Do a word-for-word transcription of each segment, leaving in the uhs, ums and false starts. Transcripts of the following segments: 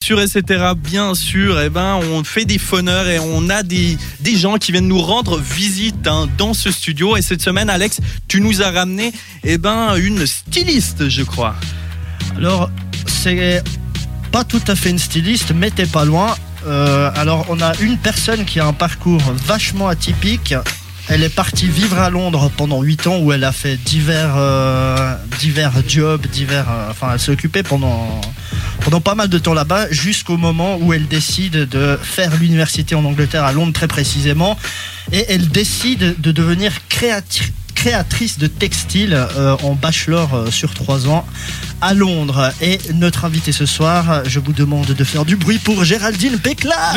sur S C T R A, bien sûr, eh ben, on fait des phoneurs et on a des, des gens qui viennent nous rendre visite hein, dans ce studio. Et cette semaine, Alex, tu nous as ramené eh ben, une styliste, je crois. Alors, c'est pas tout à fait une styliste, mais t'es pas loin. Euh, alors, on a une personne qui a un parcours vachement atypique. Elle est partie vivre à Londres pendant huit ans où elle a fait divers, euh, divers jobs, divers, euh, enfin elle s'est occupée pendant, pendant pas mal de temps là-bas jusqu'au moment où elle décide de faire l'université en Angleterre à Londres très précisément et elle décide de devenir créatrice. créatrice de textile euh, en bachelor euh, sur trois ans à Londres. Et notre invitée ce soir, je vous demande de faire du bruit pour Géraldine Pécla.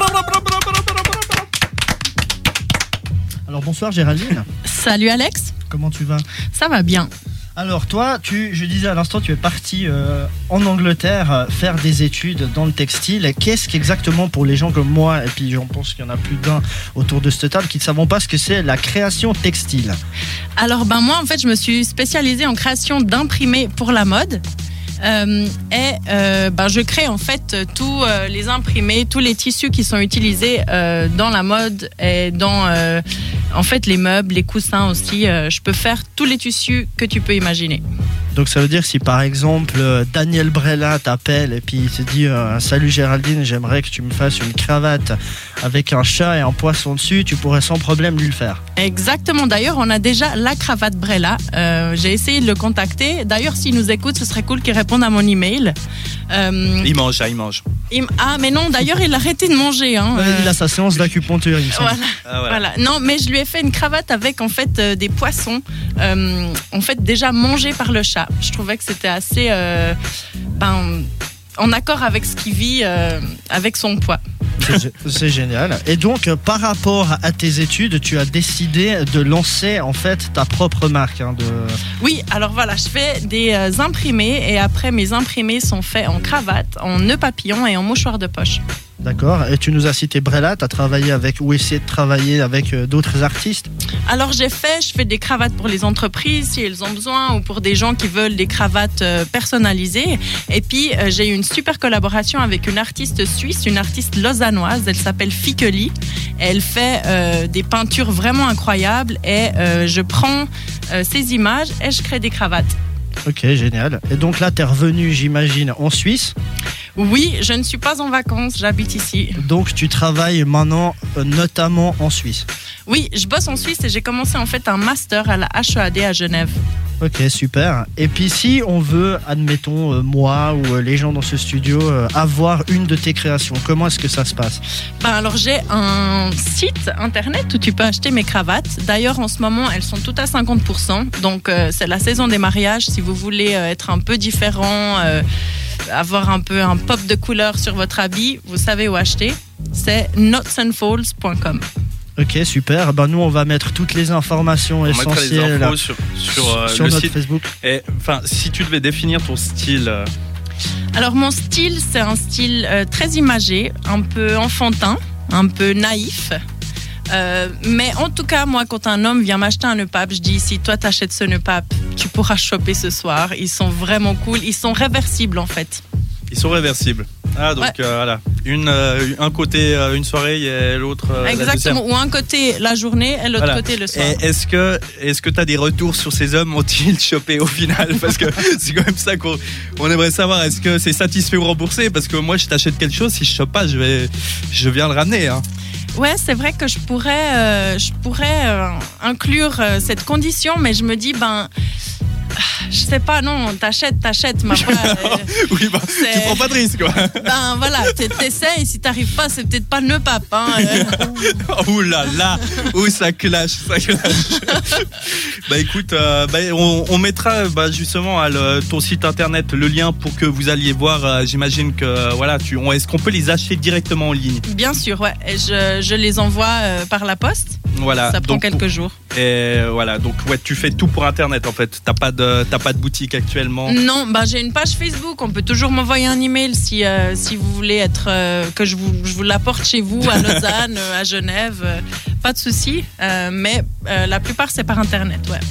Alors bonsoir Géraldine. Salut Alex. Comment tu vas ? Ça va bien. Alors toi, tu, je disais à l'instant, tu es parti euh, en Angleterre euh, faire des études dans le textile. Qu'est-ce qu'exactement pour les gens comme moi, et puis j'en pense qu'il y en a plus d'un autour de cette table qui ne savent pas ce que c'est la création textile ? Alors ben moi en fait je me suis spécialisée en création d'imprimés pour la mode. Euh, et euh, ben, je crée en fait tous euh, les imprimés, tous les tissus qui sont utilisés euh, dans la mode et dans euh, en fait les meubles, les coussins aussi. Euh, je peux faire tous les tissus que tu peux imaginer. Donc ça veut dire si par exemple euh, Daniel Brella t'appelle et puis il te dit euh, salut Géraldine, j'aimerais que tu me fasses une cravate avec un chat et un poisson dessus, tu pourrais sans problème lui le faire. Exactement, d'ailleurs on a déjà la cravate Brella. euh, j'ai essayé de le contacter, d'ailleurs s'il nous écoute ce serait cool qu'il réponde à mon email. euh, Il mange, hein, il mange. il... Ah mais non, d'ailleurs il a arrêté de manger hein. Ouais, il a sa séance d'acupuncture il me semble. Voilà. Ah, voilà. Voilà. Non, mais je lui ai fait une cravate avec en fait euh, des poissons, euh, en fait déjà mangés par le chat. Je trouvais que c'était assez, euh, ben, en accord avec ce qu'il vit, euh, avec son poids. C'est, c'est génial. Et donc, par rapport à tes études, tu as décidé de lancer en fait ta propre marque. Hein, de... Oui, alors voilà, je fais des euh, imprimés et après mes imprimés sont faits en cravate, en nœud papillon et en mouchoir de poche. D'accord. Et tu nous as cité Brella, tu as travaillé avec ou essayé de travailler avec euh, d'autres artistes ? Alors j'ai fait, je fais des cravates pour les entreprises si elles ont besoin ou pour des gens qui veulent des cravates euh, personnalisées. Et puis euh, j'ai eu une super collaboration avec une artiste suisse, une artiste lausannoise, elle s'appelle Fikeli. Elle fait euh, des peintures vraiment incroyables et euh, je prends euh, ces images et je crée des cravates. Ok, génial. Et donc là, tu es revenu, j'imagine, en Suisse. Oui, je ne suis pas en vacances, j'habite ici. Donc tu travailles maintenant euh, notamment en Suisse. Oui, je bosse en Suisse et j'ai commencé en fait un master à la H E A D à Genève. Ok, super. Et puis si on veut, admettons, euh, moi ou euh, les gens dans ce studio, euh, avoir une de tes créations, comment est-ce que ça se passe ? Ben alors j'ai un site internet où tu peux acheter mes cravates. D'ailleurs en ce moment elles sont toutes à cinquante pour cent. Donc euh, c'est la saison des mariages. Si vous voulez euh, être un peu différent, euh, avoir un peu un pop de couleur sur votre habit, vous savez où acheter. C'est knots and folds point com. Ok, super. Ben nous, on va mettre toutes les informations On mettra essentielles les infos sur, sur, euh, sur le notre site. Facebook. Et, enfin, si tu devais définir ton style... euh, Alors mon style c'est un style euh, très imagé, un peu enfantin, un peu naïf. Euh, mais en tout cas, moi, quand un homme vient m'acheter un nœud pape, je dis si toi t'achètes ce nœud pape, tu pourras choper ce soir. Ils sont vraiment cool, ils sont réversibles en fait. Ils sont réversibles. Ah, donc Ouais. euh, voilà. Une, euh, un côté, euh, une soirée et l'autre. Euh, Exactement, ou un côté la journée et l'autre Voilà. côté le soir. Et est-ce que est-ce que tu as des retours sur ces hommes ont-ils chopé au final ? Parce que c'est quand même ça qu'on on aimerait savoir. Est-ce que c'est satisfait ou remboursé ? Parce que moi, je t'achète quelque chose, si je chope pas, je vais, je viens le ramener. Hein. Ouais, c'est vrai que je pourrais, euh, je pourrais euh, inclure euh, cette condition, mais je me dis, ben, je sais pas, non, t'achètes, t'achètes, ma foi. euh, Oui, bah, c'est- tu prends pas de risque, quoi. Ben voilà, t- t'essayes, si t'arrives pas, c'est peut-être pas le nœud pape. Hein, euh. Ouh là là, où ça clash, ça clash. Bah écoute, euh, bah, on, on mettra bah, justement à le, ton site internet le lien pour que vous alliez voir. Euh, j'imagine que euh, voilà, tu, on, est-ce qu'on peut les acheter directement en ligne ? Bien sûr, ouais. Et je, je les envoie euh, par la poste. Voilà. Ça prend donc, quelques jours. Et voilà, donc ouais, tu fais tout pour internet en fait. T'as pas de, t'as pas de boutique actuellement. Non, bah j'ai une page Facebook. On peut toujours m'envoyer un email si euh, si vous voulez être euh, que je vous je vous l'apporte chez vous à Lausanne, euh, à Genève. Euh, pas de souci. Euh, mais euh, la plupart c'est par internet, ouais.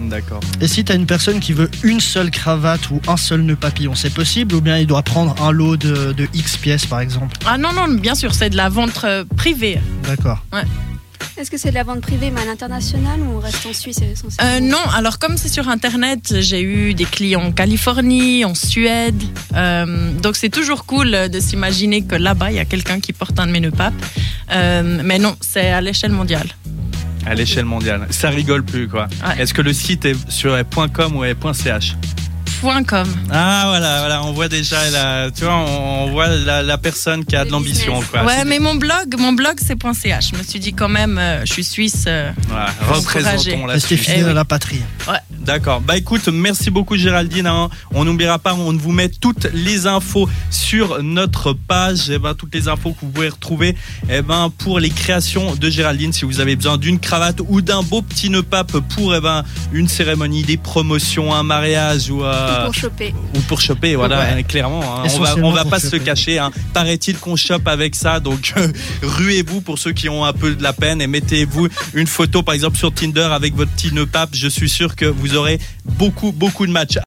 D'accord. Et si tu as une personne qui veut une seule cravate ou un seul nœud papillon, c'est possible ou bien il doit prendre un lot de, de X pièces par exemple? Ah non, non, bien sûr, c'est de la vente euh, privée. D'accord. Ouais. Est-ce que c'est de la vente privée mais à l'international ou on reste en Suisse essentiellement? Euh, non, alors comme c'est sur Internet, j'ai eu des clients en Californie, en Suède. Euh, donc c'est toujours cool de s'imaginer que là-bas, il y a quelqu'un qui porte un de mes nœuds papes. Euh, mais non, c'est à l'échelle mondiale. À l'échelle mondiale. Ça rigole plus, quoi. Ouais. Est-ce que le site est sur .com ou .ch? .com. Ah voilà, voilà, on voit déjà la, tu vois, on, on voit la, la personne qui a Le de l'ambition, business. quoi. Ouais, C'est- mais mon blog, mon blog c'est .ch. Je me suis dit quand même, euh, je suis suisse. euh, Voilà, Encourager. représentons la Restez Suisse. fidèle Eh oui. à la patrie. D'accord. Bah écoute, merci beaucoup Géraldine. hein. On n'oubliera pas, on vous met toutes les infos sur notre page. Et ben toutes les infos que vous pouvez retrouver. Et ben pour les créations de Géraldine, si vous avez besoin d'une cravate ou d'un beau petit nœud pape pour et ben une cérémonie, des promotions, un mariage ou euh, Pour choper. ou pour choper, voilà, Ouais. hein, clairement. hein. On va, Essentiellement on va pour pas se choper. cacher. Hein. Paraît-il qu'on chope avec ça, donc euh, ruez-vous pour ceux qui ont un peu de la peine et mettez-vous une photo, par exemple sur Tinder avec votre petit nœud pape. Je suis sûr que vous aurez beaucoup, beaucoup de matchs.